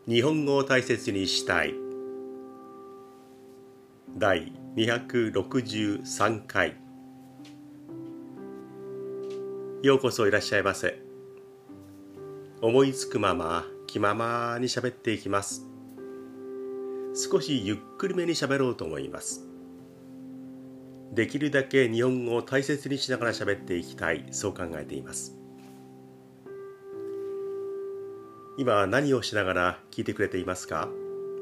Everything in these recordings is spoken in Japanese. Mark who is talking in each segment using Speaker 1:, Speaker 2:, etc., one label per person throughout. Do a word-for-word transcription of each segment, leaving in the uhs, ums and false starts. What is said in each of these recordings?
Speaker 1: 日本語を大切にしたいだいにひゃくろくじゅうさんかい。ようこそいらっしゃいませ。思いつくまま気ままに喋っていきます。少しゆっくりめに喋ろうと思います。できるだけ日本語を大切にしながら喋っていきたい、そう考えています。今何をしながら聞いてくれていますか？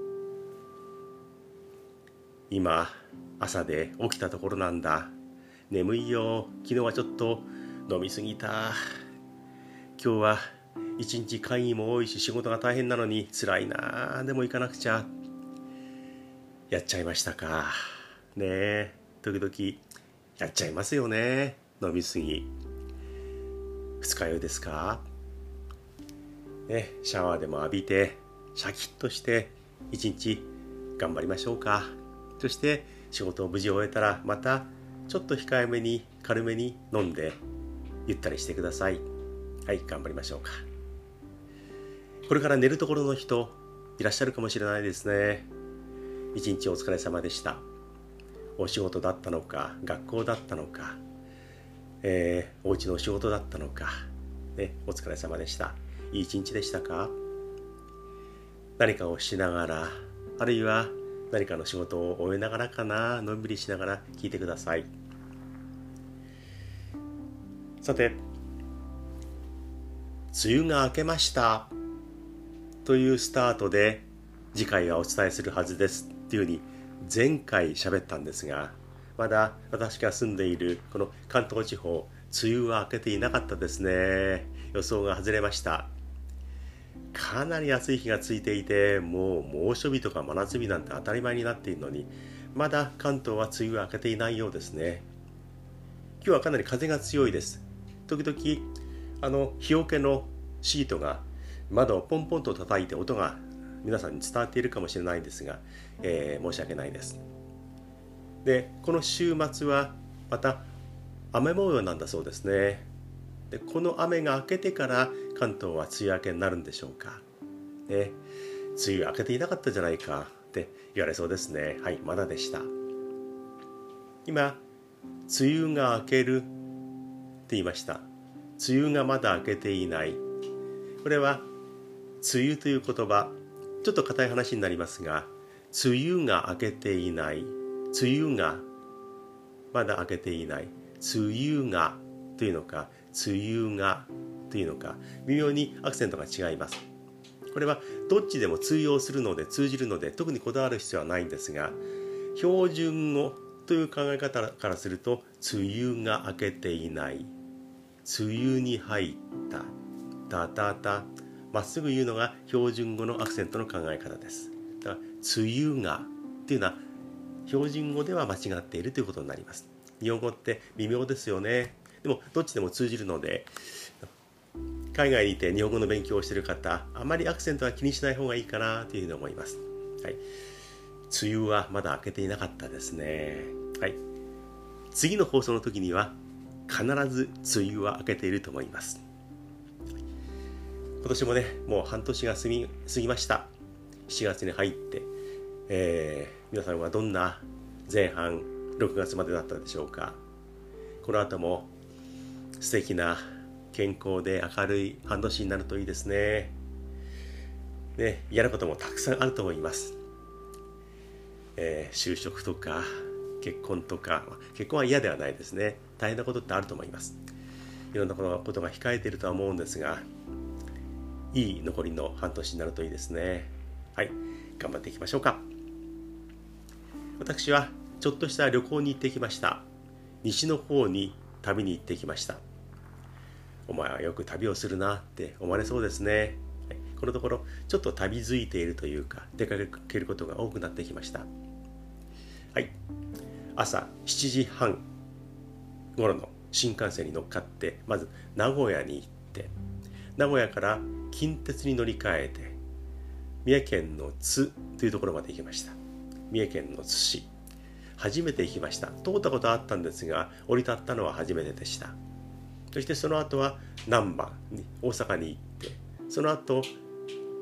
Speaker 1: 今朝で起きたところなんだ。眠いよ。昨日はちょっと飲みすぎた。今日は一日会議も多いし仕事が大変なのに辛いな。でも行かなくちゃ。やっちゃいましたか。ねえ、時々やっちゃいますよね。飲みすぎ。二日酔いですか？ね、シャワーでも浴びてシャキッとして一日頑張りましょうか。そして仕事を無事終えたらまたちょっと控えめに軽めに飲んでゆったりしてください。はい、頑張りましょうか。これから寝るところの人いらっしゃるかもしれないですね。一日お疲れ様でした。お仕事だったのか学校だったのか、えー、お家のお仕事だったのか、ね、お疲れ様でした。いい一日でしたか？何かをしながら、あるいは何かの仕事を終えながらかな、のんびりしながら聞いてください。さて、梅雨が明けましたというスタートで次回はお伝えするはずですっていうふうに前回喋ったんですが、まだ私が住んでいるこの関東地方、梅雨は明けていなかったですね。予想が外れました。かなり暑い日が続いていて、もう猛暑日とか真夏日なんて当たり前になっているのに、まだ関東は梅雨は明けていないようですね。今日はかなり風が強いです。時々あの日よけのシートが窓をポンポンと叩いて音が皆さんに伝わっているかもしれないんですが、えー、申し訳ないです。で、この週末はまた雨模様なんだそうですね。で、この雨が明けてから関東は梅雨明けになるんでしょうか。ね、梅雨明けていなかったじゃないかって言われそうですね。はい、まだでした。今、梅雨が明けるって言いました。梅雨がまだ明けていない。これは梅雨という言葉、ちょっと硬い話になりますが、梅雨が明けていない、梅雨がまだ明けていない、梅雨がというのか、梅雨がというのか、微妙にアクセントが違います。これはどっちでも通用するので通じるので特にこだわる必要はないんですが、標準語という考え方からすると、梅雨が明けていない、梅雨に入った、たたた、まっすぐ言うのが標準語のアクセントの考え方です。だから梅雨がっていうのは標準語では間違っているということになります。日本語って微妙ですよね。でもどっちでも通じるので、海外にいて日本語の勉強をしている方、あまりアクセントは気にしない方がいいかなというふうに思います。はい、梅雨はまだ明けていなかったですね。はい、次の放送の時には必ず梅雨は明けていると思います。今年もね、もう半年が過ぎ、過ぎました。しちがつに入って、えー、皆さんはどんな前半ろくがつまでだったでしょうか。この後も素敵な健康で明るい半年になるといいですね。ね、嫌なこともたくさんあると思います。えー、就職とか結婚とか、結婚は嫌ではないですね。大変なことってあると思います。いろんなことが控えているとは思うんですが、いい残りの半年になるといいですね。はい、頑張っていきましょうか。私はちょっとした旅行に行ってきました。西の方に旅に行ってきました。お前はよく旅をするなって思われそうですね。はい、このところちょっと旅づいているというか、出かけることが多くなってきました。はい、朝しちじはん頃の新幹線に乗っかって、まず名古屋に行って、名古屋から近鉄に乗り換えて三重県の津というところまで行きました。三重県の津市、初めて行きました。通ったことはあったんですが、降り立ったのは初めてでした。そしてその後は難波に、大阪に行って、その後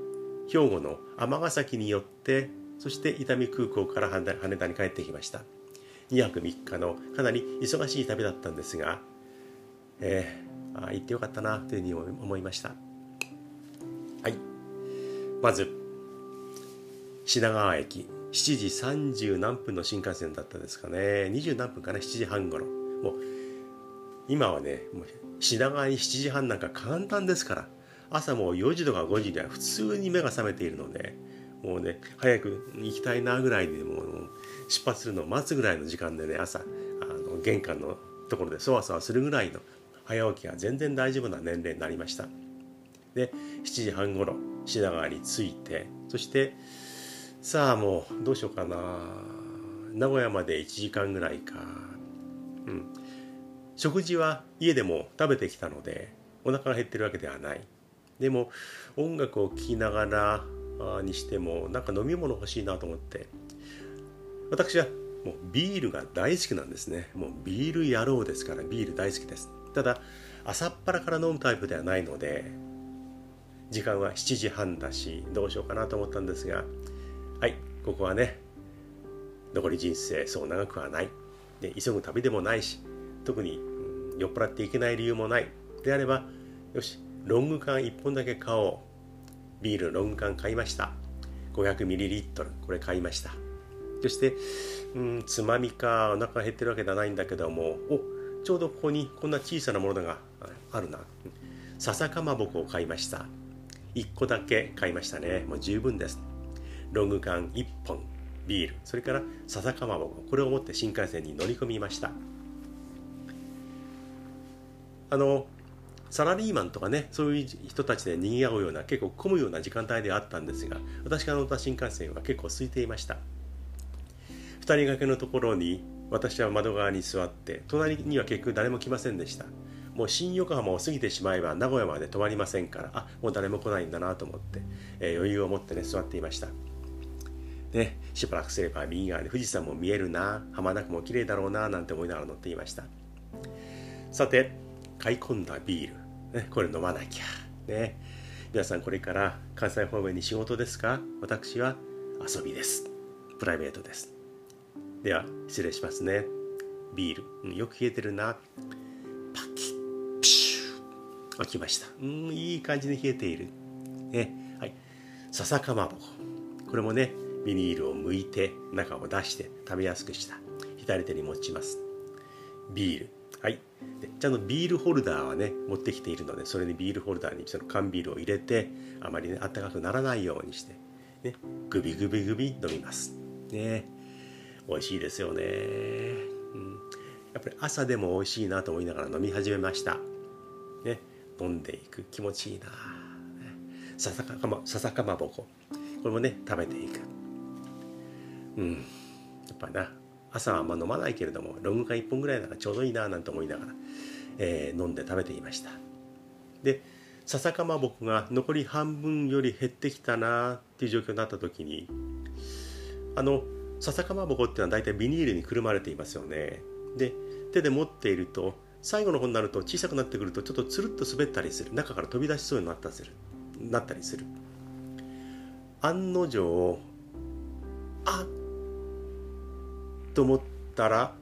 Speaker 1: 兵庫の尼崎に寄って、そして伊丹空港から羽田に帰ってきました。にはくみっかのかなり忙しい旅だったんですが、えー、あ行ってよかったなというふうに思いました。はい、まず品川駅、しちじさんじゅうなんぷんの新幹線だったですかね。にじゅうなんぷんかな、しちじはん頃。もう今はね、もう品川にしちじはんなんか簡単ですから、朝もうよじとかごじには普通に目が覚めているので、もうね早く行きたいなぐらいで、もう出発するのを待つぐらいの時間でね、朝あの玄関のところでそわそわするぐらいの早起きが全然大丈夫な年齢になりました。でしちじはん頃品川に着いて、そしてさあもうどうしようかな、名古屋までいちじかんぐらいか。うん、食事は家でも食べてきたのでお腹が減ってるわけではない。でも音楽を聴きながらにしてもなんか飲み物欲しいなと思って、私はもうビールが大好きなんですね。もうビール野郎ですから、ビール大好きです。ただ朝っぱらから飲むタイプではないので、時間はしちじはんだしどうしようかなと思ったんですが、はい、ここはね残り人生そう長くはないで、急ぐ旅でもないし、特に、うん、酔っ払っていけない理由もないであれば、よしロング缶いっぽんだけ買おう。ビールロング缶買いました。 ごひゃくミリリットル これ買いました。そして、うん、つまみか、お腹が減ってるわけではないんだけども、おちょうどここにこんな小さなものがあるな。笹かまぼこを買いました。いっこだけ買いましたね。もう十分です。ロング缶いっぽん、ビール、それから笹かまぼこ、これを持って新幹線に乗り込みました。あのサラリーマンとかね、そういう人たちで賑わうような、結構混むような時間帯ではあったんですが、私が乗った新幹線は結構空いていました。ふたり掛けのところに私は窓側に座って、隣には結局誰も来ませんでした。もう新横浜を過ぎてしまえば名古屋まで止まりませんから、あもう誰も来ないんだなと思って、えー、余裕を持ってね座っていました。ね、しばらくすれば右側に富士山も見えるな、浜名湖も綺麗だろうななんて思いながら乗っていました。さて買い込んだビール、ね、これ飲まなきゃね。皆さんこれから関西方面に仕事ですか？私は遊びです。プライベートです。では失礼しますね。ビール、うん、よく冷えてるな。パキップシュー開きました。うんいい感じに冷えている、ね。はい、笹かまぼこ、これもねビニールを剥いて中を出して食べやすくした。左手に持ちます。ビール、はい、でちゃんとビールホルダーはね持ってきているので、それにビールホルダーにその缶ビールを入れて、あまりね暖かくならないようにして、ね、グビグビグビ飲みますね。美味しいですよね、うん、やっぱり朝でも美味しいなと思いながら飲み始めました、ね、飲んでいく気持ちいいな。笹かま、笹かまぼこ、これもね食べていく。うんやっぱな朝はあんま飲まないけれども、ロング缶いっぽんぐらいならちょうどいいななんて思いながら、えー、飲んで食べていました。で笹かまぼこが残り半分より減ってきたなっていう状況になった時に、あの笹かまぼこっていうのは大体ビニールにくるまれていますよね。で手で持っていると最後の方になると小さくなってくるとちょっとつるっと滑ったりする、中から飛び出しそうになったりするなったりする。案の定あっと思ったら、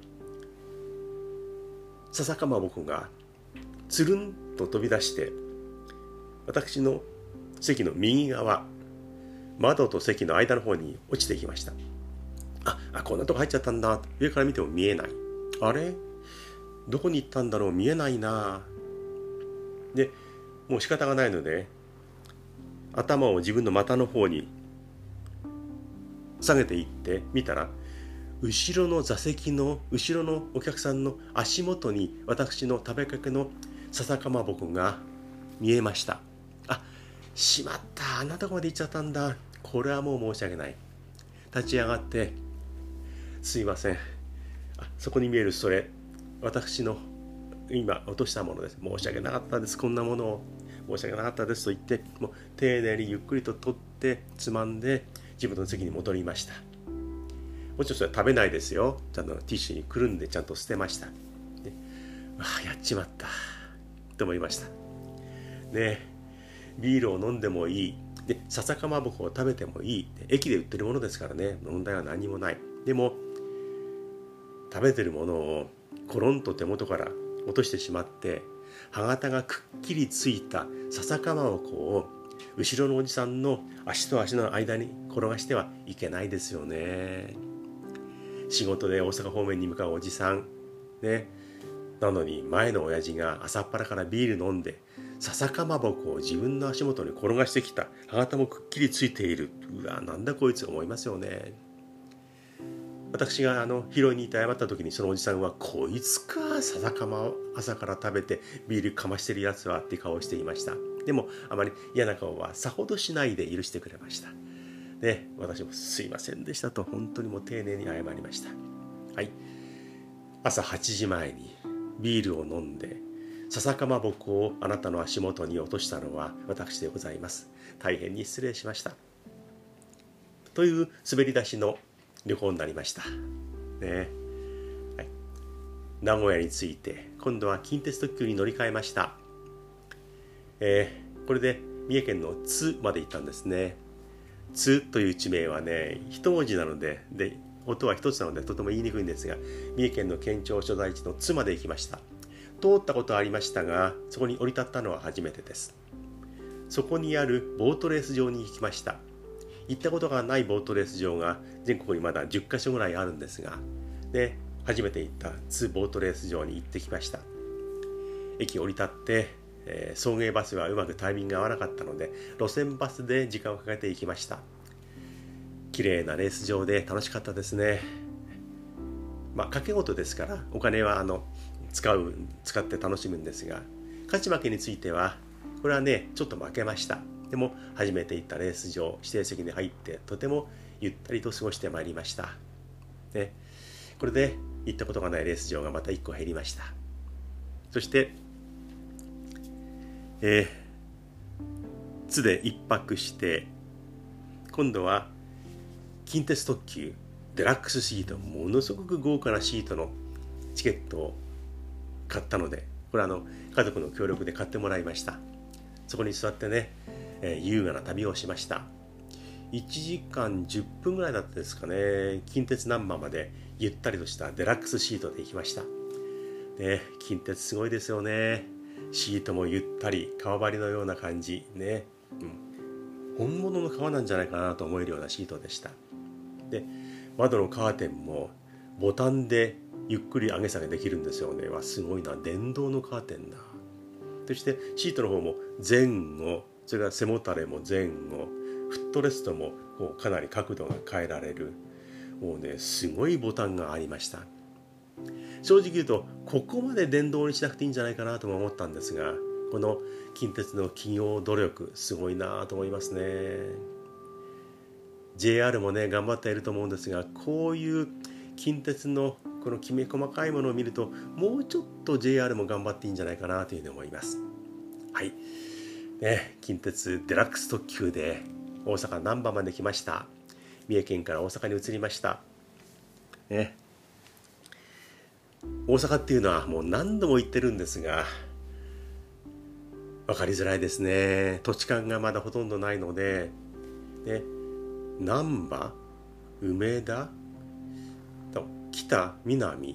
Speaker 1: 笹かまぼこがつるんと飛び出して私の席の右側、窓と席の間の方に落ちてきました。ああこんなとこ入っちゃったんだ。上から見ても見えない。あれどこに行ったんだろう、見えないな。でもう仕方がないので頭を自分の股の方に下げていって見たら、後ろの座席の後ろのお客さんの足元に私の食べかけの笹かまぼこが見えました。あしまった、あんなとこまで行っちゃったんだ。これはもう申し訳ない。立ち上がってすいません、あそこに見えるそれ私の今落としたものです、申し訳なかったです、こんなものを申し訳なかったですと言って、もう丁寧にゆっくりと取ってつまんで自分の席に戻りました。もちろんそれは食べないですよ。ちゃんとティッシュにくるんでちゃんと捨てました。でああやっちまったと思いましたね。ビールを飲んでもいい、 で笹かまぼこを食べてもいい、駅で売ってるものですからね、問題は何もない。でも食べてるものをコロンと手元から落としてしまって、歯型がくっきりついた笹かまぼこを後ろのおじさんの足と足の間に転がしてはいけないですよね。仕事で大阪方面に向かうおじさんね、なのに前の親父が朝っぱらからビール飲んで笹かまぼこを自分の足元に転がしてきた。歯型もくっきりついている。うわ、なんだこいつ、思いますよね。私があの拾いに行って謝った時に、そのおじさんはこいつか、笹かまを朝から食べてビールかましてるやつはって顔をしていました。でもあまり嫌な顔はさほどしないで許してくれました。で、私もすいませんでしたと本当にもう丁寧に謝りました。はい、朝はちじまえにビールを飲んで笹かまぼこをあなたの足元に落としたのは私でございます。大変に失礼しましたという滑り出しの旅行になりましたね。はい、名古屋に着いて今度は近鉄特急に乗り換えました。えー、これで三重県の津まで行ったんですね。津という地名はね、一文字なので、で音は一つなのでとても言いにくいんですが、三重県の県庁所在地の津まで行きました。通ったことはありましたが、そこに降り立ったのは初めてです。そこにあるボートレース場に行きました。行ったことがないボートレース場が全国にまだじゅっかしょぐらいあるんですが、で初めて行った津ボートレース場に行ってきました。駅降り立って、えー、送迎バスはうまくタイミングが合わなかったので路線バスで時間をかけて行きました。綺麗なレース場で楽しかったですね。まあ賭け事ですからお金はあの使う使って楽しむんですが、勝ち負けについてはこれはねちょっと負けました。でも初めて行ったレース場、指定席に入ってとてもゆったりと過ごしてまいりました、ね、これで行ったことがないレース場がまたいっこ減りました。そしてえー、津で一泊して今度は近鉄特急デラックスシート、ものすごく豪華なシートのチケットを買ったので、これはあの家族の協力で買ってもらいました。そこに座ってね、えー、優雅な旅をしました。いちじかんじゅっぷんぐらいだったですかね。近鉄難波までゆったりとしたデラックスシートで行きました。ね、近鉄すごいですよね。シートもゆったり、革張りのような感じね、うん、本物の革なんじゃないかなと思えるようなシートでした。で、窓のカーテンもボタンでゆっくり上げ下げできるんですよね。わ、すごいな、電動のカーテンだ。そしてシートの方も前後、それから背もたれも前後、フットレストもこうかなり角度が変えられる、もうねすごいボタンがありました。正直言うとここまで電動にしなくていいんじゃないかなとも思ったんですが、この近鉄の企業努力すごいなと思いますね。 ジェイアール もね頑張っていると思うんですが、こういう近鉄のこのきめ細かいものを見るともうちょっと ジェイアール も頑張っていいんじゃないかなというふうに思います。はい、ね、近鉄デラックス特急で大阪難波まで来ました。三重県から大阪に移りました、ね、大阪っていうのはもう何度も言ってるんですが分かりづらいですね。土地勘がまだほとんどないので、ね、難波、梅田、北、南、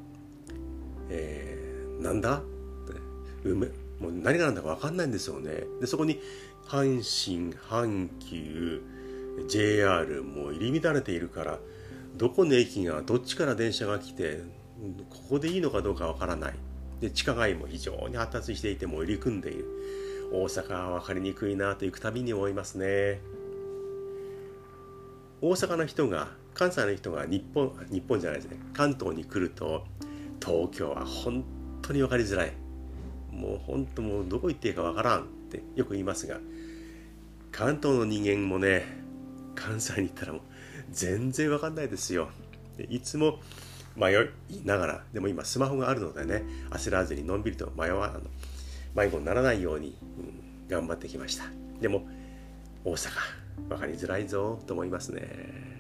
Speaker 1: えー、なんだ梅、もう何がなんだか分かんないんですよね。でそこに阪神、阪急、ジェイアール も入り乱れているから、どこの駅がどっちから電車が来てここでいいのかどうかわからない。で地下街も非常に発達していても入り組んでいる。大阪は分かりにくいなと行くたびに思いますね。大阪の人が、関西の人が日本日本じゃないですね、関東に来ると東京は本当に分かりづらい、もう本当もうどこ行っていいか分からんってよく言いますが、関東の人間もね関西に行ったらもう全然分かんないですよ。いつも迷いながら、でも今スマホがあるのでね焦らずにのんびりと迷わ迷子にならないように、うん、頑張ってきました。でも大阪分かりづらいぞと思いますね。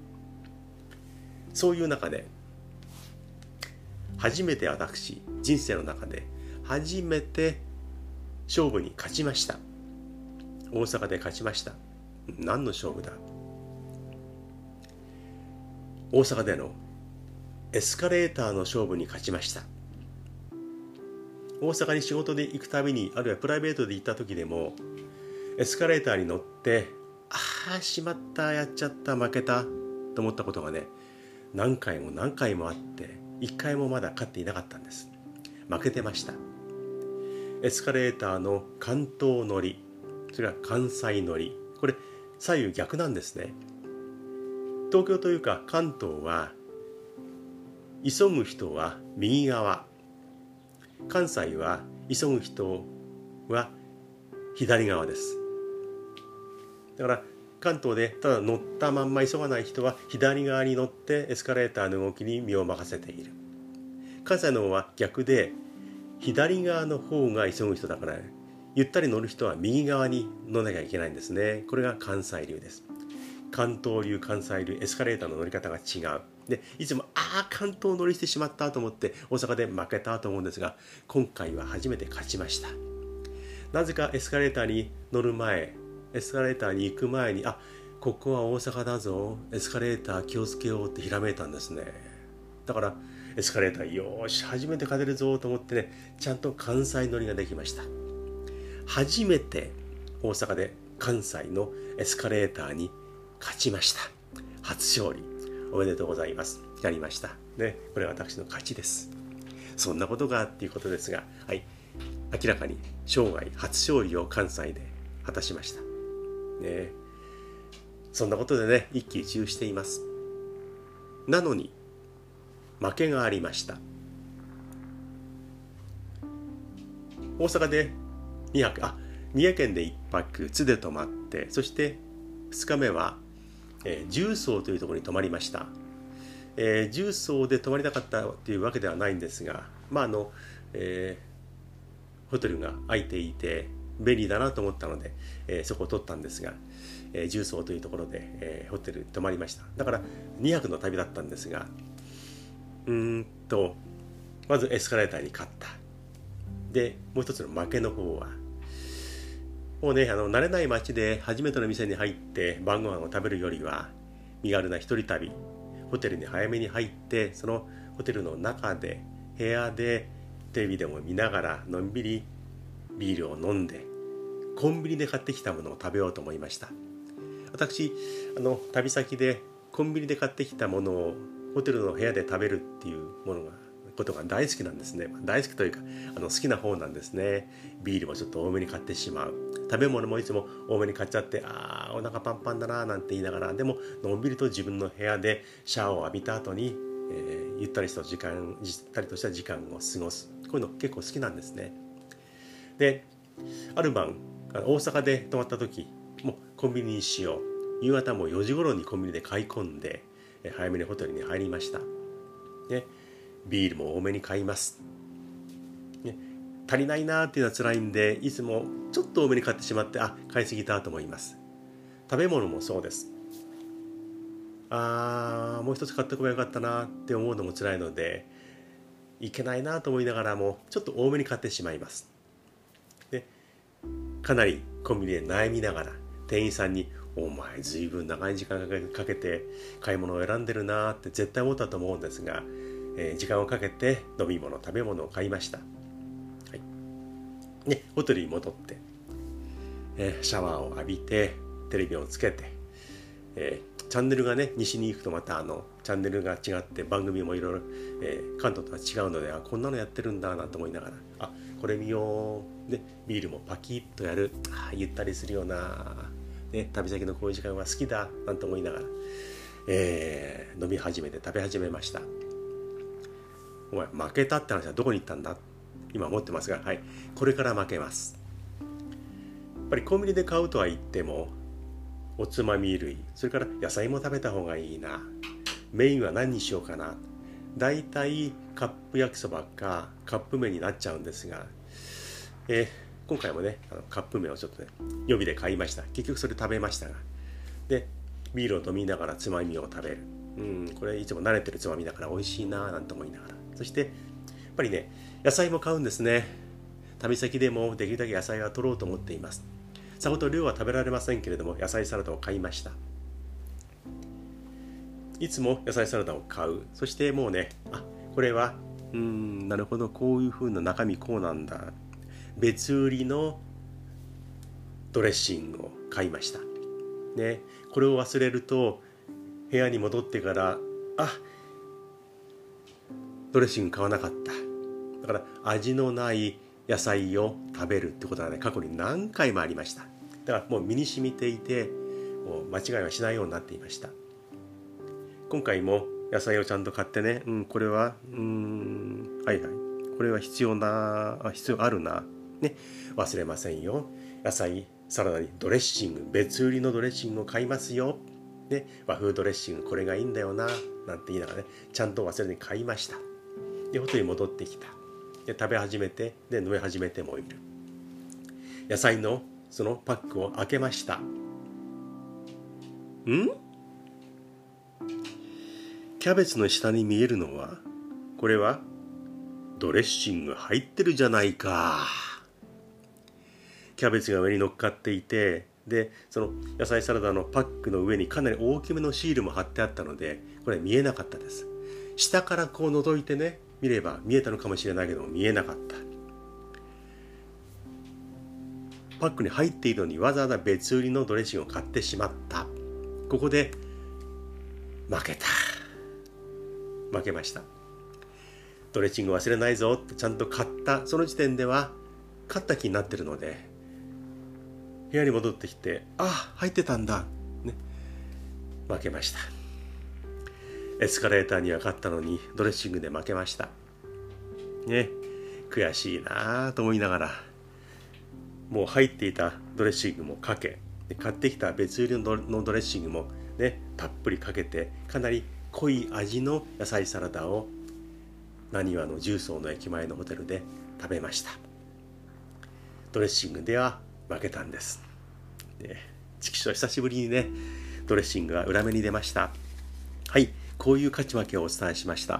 Speaker 1: そういう中で初めて私人生の中で初めて勝負に勝ちました。 大阪で勝ちました。何の勝負だ。大阪でのエスカレーターの勝負に勝ちました。大阪に仕事で行くたびに、あるいはプライベートで行った時でも、エスカレーターに乗って、ああしまった、やっちゃった、負けたと思ったことがね、何回も何回もあって、一回もまだ勝っていなかったんです。負けてました。エスカレーターの関東乗り、それから関西乗り、これ左右逆なんですね。東京というか関東は、急ぐ人は右側、関西は急ぐ人は左側です。だから関東でただ乗ったまんま急がない人は左側に乗ってエスカレーターの動きに身を任せている。関西の方は逆で、左側の方が急ぐ人だから、ゆったり乗る人は右側に乗らなきゃいけないんですね。これが関西流です。関東流、関西流、エスカレーターの乗り方が違う。で、いつもああ関東乗りしてしまったと思って大阪で負けたと思うんですが、今回は初めて勝ちました。なぜかエスカレーターに乗る前、エスカレーターに行く前に、あ、ここは大阪だぞ、エスカレーター気をつけようってひらめいたんですね。だからエスカレーターよーし初めて勝てるぞと思ってね、ちゃんと関西乗りができました。初めて大阪で関西のエスカレーターに勝ちました。初勝利おめでとうございます。やりましたね。これは私の勝ちです。そんなことがっていうことですが、はい、明らかに生涯初勝利を関西で果たしましたね。そんなことでね、一喜一憂しています。なのに負けがありました。大阪でにはく、あ、三重県でいっぱく津で泊まって、そしてふつかめは、えー、重曹というところに泊まりました。えー、重曹で泊まりたかったというわけではないんですが、まああの、えー、ホテルが空いていて便利だなと思ったので、えー、そこを取ったんですが、えー、重曹というところで、えー、ホテルに泊まりました。だからにはくの旅だったんですが、うーんとまずエスカレーターに勝った。でもう一つの負けの方は、もうね、あの慣れない街で初めての店に入って晩ご飯を食べるよりは、身軽な一人旅、ホテルに早めに入って、そのホテルの中で部屋でテレビでも見ながらのんびりビールを飲んで、コンビニで買ってきたものを食べようと思いました。私、あの旅先でコンビニで買ってきたものをホテルの部屋で食べるっていうものがことが大好きなんですね。大好きというか、あの好きな方なんですね。ビールもちょっと多めに買ってしまう。食べ物もいつも多めに買っちゃって、ああお腹パンパンだななんて言いながら、でものんびりと自分の部屋でシャワーを浴びた後に、えー、ゆったりと時間ゆったりとした時間を過ごす。こういうの結構好きなんですね。で、ある晩大阪で泊まった時、もうコンビニにしよう。夕方もよじ頃にコンビニで買い込んで、早めにホテルに入りました。ね、ビールも多めに買います。ね、足りないなーっていうのは辛いんで、いつもちょっと多めに買ってしまって、あ、買いすぎたと思います。食べ物もそうです。あーもう一つ買ってこばよかったなって思うのも辛いので、いけないなと思いながらもちょっと多めに買ってしまいます。で、かなりコンビニで悩みながら店員さんに、お前ずいぶん長い時間かけて買い物を選んでるなって絶対思ったと思うんですが、えー、時間をかけて飲み物食べ物を買いました。はい、ね、ホテルに戻って、えー、シャワーを浴びてテレビをつけて、えー、チャンネルがね、西に行くとまたあのチャンネルが違って番組もいろいろ、えー、関東とは違うので、あ、こんなのやってるんだなと思いながら、あ、これ見よう。でビールもパキッとやる。あ、ゆったりするような、ね、旅先のこういう時間は好きだなんて思いながら、えー、飲み始めて食べ始めました。お前負けたって話はどこに行ったんだ今思ってますが、はい、これから負けます。やっぱりコンビニで買うとは言っても、おつまみ類、それから野菜も食べた方がいいな、メインは何にしようかな、だいたいカップ焼きそばかカップ麺になっちゃうんですが、えー、今回もね、あのカップ麺をちょっとね予備で買いました。結局それ食べましたが、でビールを飲みながらつまみを食べる。うん、これいつも慣れてるつまみだから美味しいななんて思いながら、そしてやっぱりね、野菜も買うんですね。旅先でもできるだけ野菜は取ろうと思っています。 さほど量は食べられませんけれども野菜サラダを買いました。いつも野菜サラダを買う。そしてもうね、あ、これはうーんなるほど、こういう風な中身こうなんだ、別売りのドレッシングを買いましたね。これを忘れると部屋に戻ってから、あ、ドレッシング買わなかった。だから味のない野菜を食べるってことはね、過去に何回もありました。だからもう身に染みていて、もう間違いはしないようになっていました。今回も野菜をちゃんと買ってね、うん、これはうーんはいはい、これは必要な必要あるなね、忘れませんよ。野菜サラダにドレッシング、別売りのドレッシングを買いますよ、ね、和風ドレッシングこれがいいんだよななんて言いながらね、ちゃんと忘れずに買いました。でホテルに戻ってきた。で食べ始めて、で飲み始めてもいる。野菜のそのパックを開けました。んキャベツの下に見えるのは、これはドレッシング入ってるじゃないか。キャベツが上に乗っかっていて、でその野菜サラダのパックの上にかなり大きめのシールも貼ってあったので、これ見えなかったです。下からこう覗いてね見れば見えたのかもしれないけども、見えなかった。パックに入っているのにわざわざ別売りのドレッシングを買ってしまった。ここで負けた。負けました。ドレッシング忘れないぞってちゃんと買った、その時点では勝った気になってるので、部屋に戻ってきて、あ、入ってたんだ、ね、負けました。エスカレーターには勝ったのにドレッシングで負けましたね。悔しいなと思いながら、もう入っていたドレッシングもかけ、買ってきた別売りのドレッシングもねたっぷりかけて、かなり濃い味の野菜サラダをなにわの重曹の駅前のホテルで食べました。ドレッシングでは負けたんです。で、ちくしょう久しぶりにねドレッシングが裏目に出ました。はい、こういう勝ち負けをお伝えしました。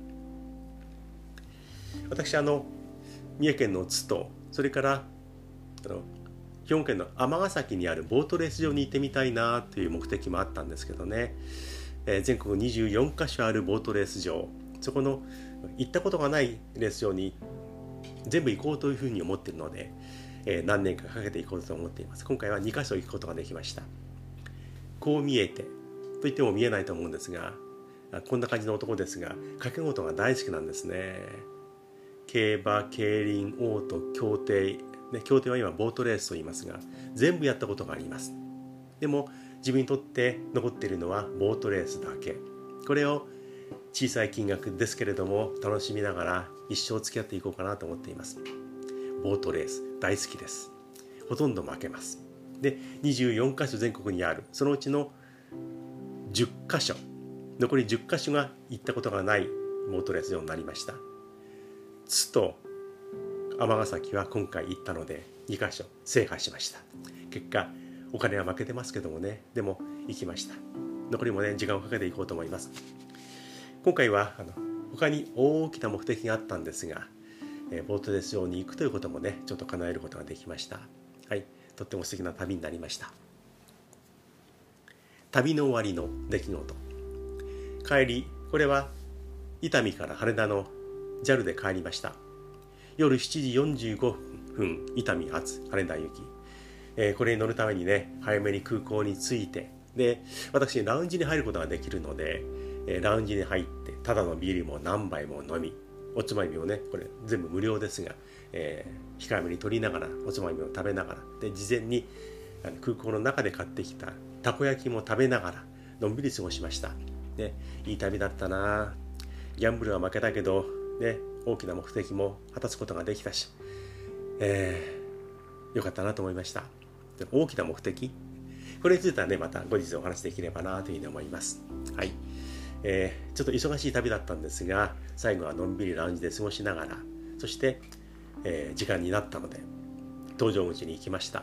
Speaker 1: 私あの三重県の津と、それからあの兵庫県の尼崎にあるボートレース場に行ってみたいなという目的もあったんですけどね、えー、全国にじゅうよんかしょあるボートレース場、そこの行ったことがないレース場に全部行こうというふうに思っているので、えー、何年かかけて行こうと思っています。今回はにかしょ行くことができました。こう見えてと言っても見えないと思うんですが、こんな感じの男ですが、掛け事が大好きなんですね。競馬、競輪、オート、競艇、ね、競艇は今ボートレースと言いますが、全部やったことがあります。でも自分にとって残っているのはボートレースだけ。これを小さい金額ですけれども楽しみながら一生付き合っていこうかなと思っています。ボートレース大好きです。ほとんど負けます。でにじゅうよんかしょ全国にある、そのうちのじゅっかしょ、残りじゅっかしょが行ったことがないボートレース場になりました。津と尼崎は今回行ったのでにかしょ制覇しました。結果お金は負けてますけどもね、でも行きました。残りもね時間をかけていこうと思います。今回はあの他に大きな目的があったんですが、えー、ボートレース場に行くということもねちょっと叶えることができました。はい、とっても素敵な旅になりました。旅の終わりの出来事。帰り、これは伊丹から羽田の ジャル で帰りました。夜しちじよんじゅうごふん伊丹発羽田行き、えー、これに乗るためにね早めに空港に着いて、で私ラウンジに入ることができるので、えー、ラウンジに入ってただのビールも何杯も飲み、おつまみをねこれ全部無料ですが、えー、控えめに取りながらおつまみを食べながら、で事前に空港の中で買ってきたたこ焼きも食べながらのんびり過ごしました。ね、いい旅だったな。ギャンブルは負けたけど、ね、大きな目的も果たすことができたし、えー、よかったなと思いました。大きな目的、これについてはねまた後日お話しできればなというふうに思います。はい、えー、ちょっと忙しい旅だったんですが、最後はのんびりラウンジで過ごしながら、そして、えー、時間になったので搭乗口に行きました。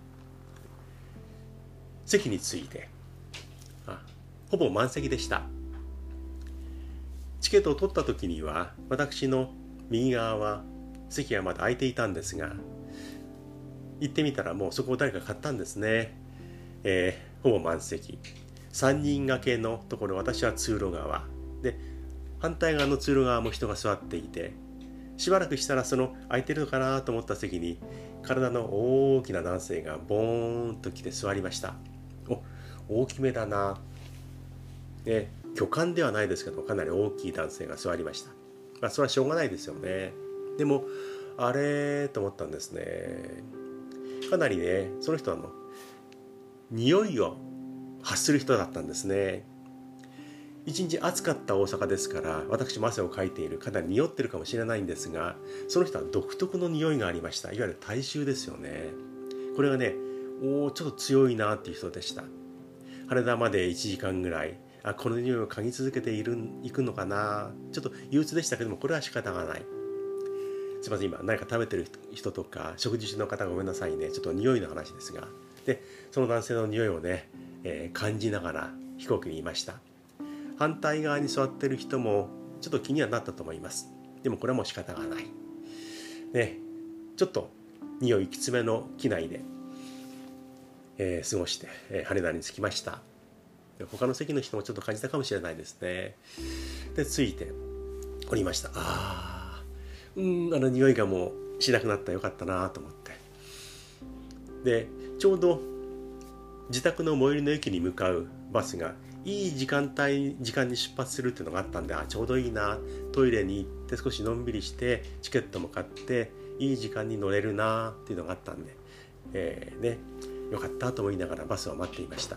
Speaker 1: 席に着いて、あ、ほぼ満席でした。チケットを取った時には私の右側は席がまだ空いていたんですが、 行ってみたらもうそこを誰か買ったんですね。えー、ほぼ満席。さんにん掛けのところ、私は通路側で、反対側の通路側も人が座っていて、しばらくしたらその空いてるのかなと思った席に体の大きな男性がボーンと来て座りました。お、大きめだな、ね、巨漢ではないですけどかなり大きい男性が座りました。まあそれはしょうがないですよね。でもあれと思ったんですね。かなりね、その人はあの匂いを発する人だったんですね。一日暑かった大阪ですから、私も汗をかいている、かなり匂ってるかもしれないんですが、その人は独特の匂いがありました。いわゆる体臭ですよね。これがね、おーちょっと強いなっていう人でした。羽田までいちじかんぐらい、あ、この匂いを嗅ぎ続けているいくのかな。ちょっと憂鬱でしたけども、これは仕方がない。すいません、今何か食べてる人とか食事中の方ごめんなさいね。ちょっと匂いの話ですが、でその男性の匂いをね、えー、感じながら飛行機にいました。反対側に座ってる人もちょっと気にはなったと思います。でもこれはもう仕方がないね。ちょっと匂いきつめの機内で、えー、過ごして、えー、羽田に着きました。で他の席の人もちょっと感じたかもしれないですね。で着いて降りました。あーうんあの匂いがもうしなくなったらよかったなと思って、でちょうど自宅の最寄りの駅に向かうバスがいい時間帯時間に出発するっていうのがあったんで、あちょうどいいな、トイレに行って少しのんびりしてチケットも買っていい時間に乗れるなっていうのがあったんで、えー、ねよかったと思いながらバスを待っていました。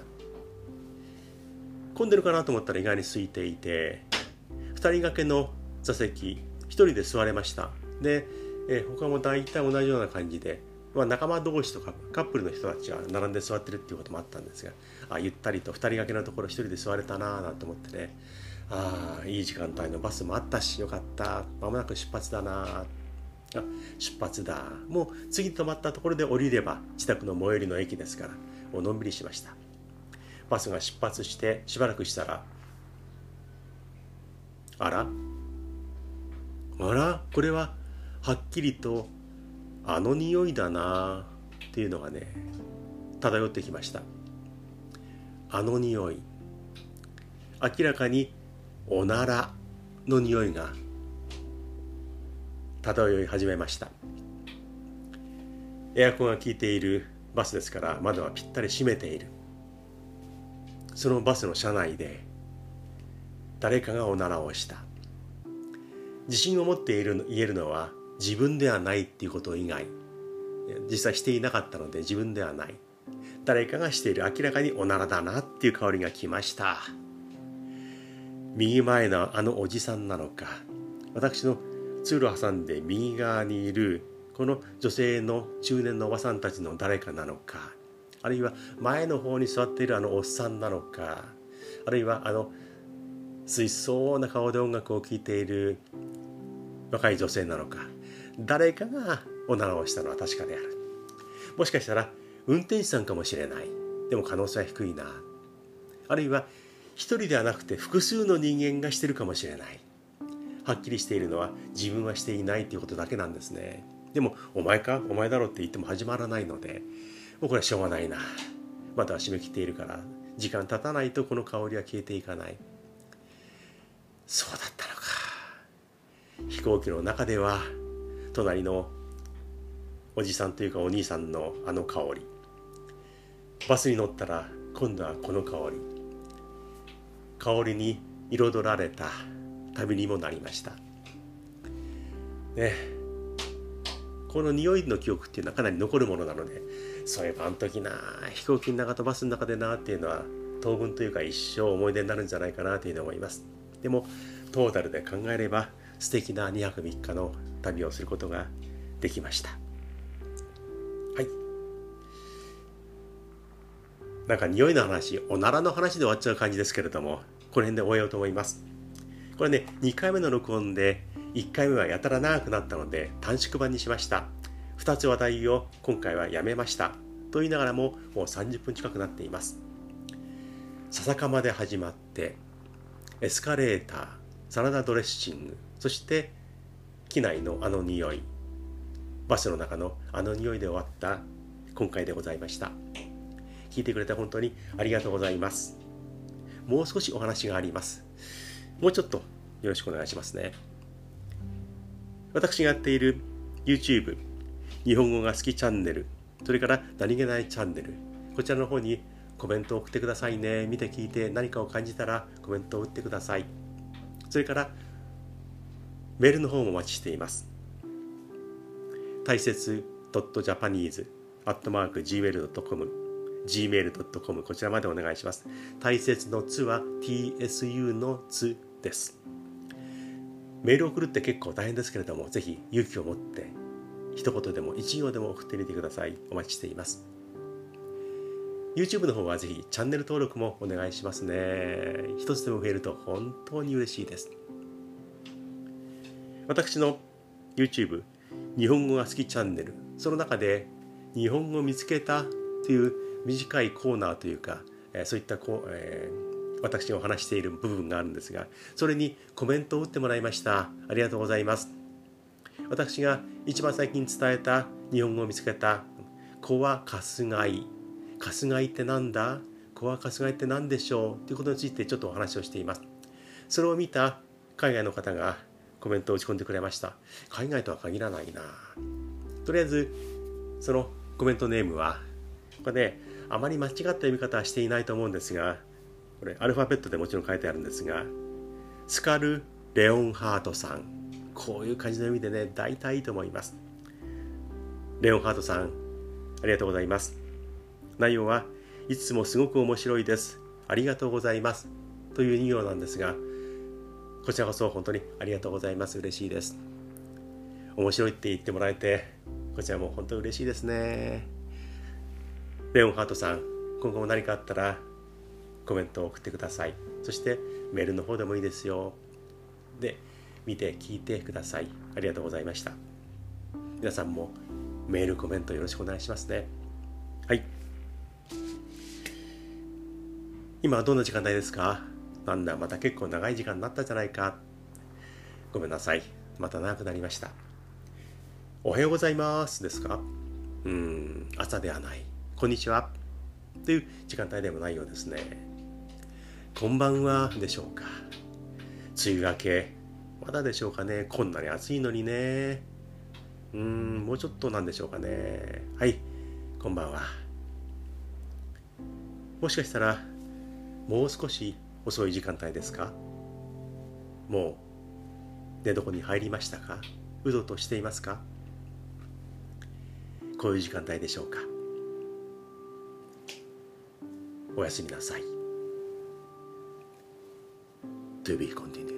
Speaker 1: 混んでるかなと思ったら意外に空いていて、ふたり掛けの座席ひとりで座れました。で、えー、他も大体同じような感じで、まあ、仲間同士とかカップルの人たちが並んで座ってるっていうこともあったんですが、あゆったりとふたり掛けのところひとりで座れたなぁなんて思ってね、あいい時間帯のバスもあったしよかった、まもなく出発だな、あ出発だ、もう次止まったところで降りれば自宅の最寄りの駅ですから、もうのんびりしました。バスが出発してしばらくしたら、あらあらこれははっきりとあの匂いだなっていうのがね漂ってきました。あの匂い、明らかにおならの匂いが漂い始めました。エアコンが効いているバスですから窓はぴったり閉めている。そのバスの車内で誰かがおならをした。自信を持っている言えるのは自分ではないっていうこと以外、実際していなかったので自分ではない、誰かがしている、明らかにおならだなっていう香りがきました。右前のあのおじさんなのか、私の通路を挟んで右側にいるこの女性の中年のおばさんたちの誰かなのか、あるいは前の方に座っているあのおっさんなのか、あるいはあの水そうな顔で音楽を聴いている若い女性なのか、誰かがおならをしたのは確かである。もしかしたら運転手さんかもしれない。でも可能性は低いな。あるいは一人ではなくて複数の人間がしているかもしれない。はっきりしているのは自分はしていないということだけなんですね。でもお前かお前だろうって言っても始まらないので、もうこれはしょうがないな。まだ締め切っているから時間経たないとこの香りは消えていかない。そうだったのか。飛行機の中では隣のおじさんというかお兄さんのあの香り、バスに乗ったら今度はこの香り、香りに彩られた旅にもなりましたね。この匂いの記憶っていうのはかなり残るものなので、そういえばあの時な、飛行機の中とバスの中でなっていうのは当分というか一生思い出になるんじゃないかなというふうに思います。でもトータルで考えれば素敵なにはくみっかの旅をすることができました。はい。なんか匂いの話、おならの話で終わっちゃう感じですけれども、この辺で終えようと思います。これね、にかいめの録音でいっかいめはやたら長くなったので短縮版にしました。ふたつ話題を今回はやめましたと言いながらももうさんじゅっぷん近くなっています。笹かまで始まってエスカレーター、サラダドレッシング、そして機内のあの匂い、バスの中のあの匂いで終わった今回でございました。聞いてくれて本当にありがとうございます。もう少しお話があります。もうちょっとよろしくお願いしますね。私がやっている YouTube 日本語が好きチャンネル、それから何気ないチャンネル、こちらの方にコメントを送ってくださいね。見て聞いて何かを感じたらコメントを打ってください。それからメールの方もお待ちしています。大切 .japanese アットマーク ジーメールドットコム ジーメールドットコム こちらまでお願いします。大切のつは ティーエスユー のつです。メールを送るって結構大変ですけれども、ぜひ勇気を持って一言でも一行でも送ってみてください。お待ちしています。YouTube の方はぜひチャンネル登録もお願いしますね。一つでも増えると本当に嬉しいです。私の YouTube 日本語が好きチャンネル、その中で日本語を見つけたという短いコーナーというか、そういったこう、えー、私がお話している部分があるんですが、それにコメントを打ってもらいました。ありがとうございます。私が一番最近伝えた日本語を見つけた子はかすがい、かすがいってなんだ、子はかすがいって何でしょうということについてちょっとお話をしています。それを見た海外の方がコメントを打ち込んでくれました。海外とは限らないな。とりあえずそのコメントネームはこれね、あまり間違った読み方はしていないと思うんですが、これアルファベットでもちろん書いてあるんですが、スカル・レオンハートさん、こういう感じの意味でね、大体いいと思います。レオンハートさん、ありがとうございます。内容はいつもすごく面白いです。ありがとうございます。というに行なんですが、こちらこそ本当にありがとうございます。嬉しいです。面白いって言ってもらえて、こちらも本当に嬉しいですね。レオンハートさん、今後も何かあったらコメントを送ってください。そしてメールの方でもいいですよ。で、見て聞いてください。ありがとうございました。皆さんもメールコメントよろしくお願いしますね。はい。今はどんな時間帯ですか？なんだ、また結構長い時間になったじゃないか。ごめんなさい。また長くなりました。おはようございますですか？うーん、朝ではない。こんにちは。という時間帯でもないようですね。こんばんはでしょうか。梅雨明け、まだでしょうかね。こんなに暑いのにね。うーん、もうちょっとなんでしょうかね。はい、こんばんは。もしかしたら、もう少し遅い時間帯ですか？もう寝床に入りましたか？うとうとしていますか？こういう時間帯でしょうか。おやすみなさい。To be continued.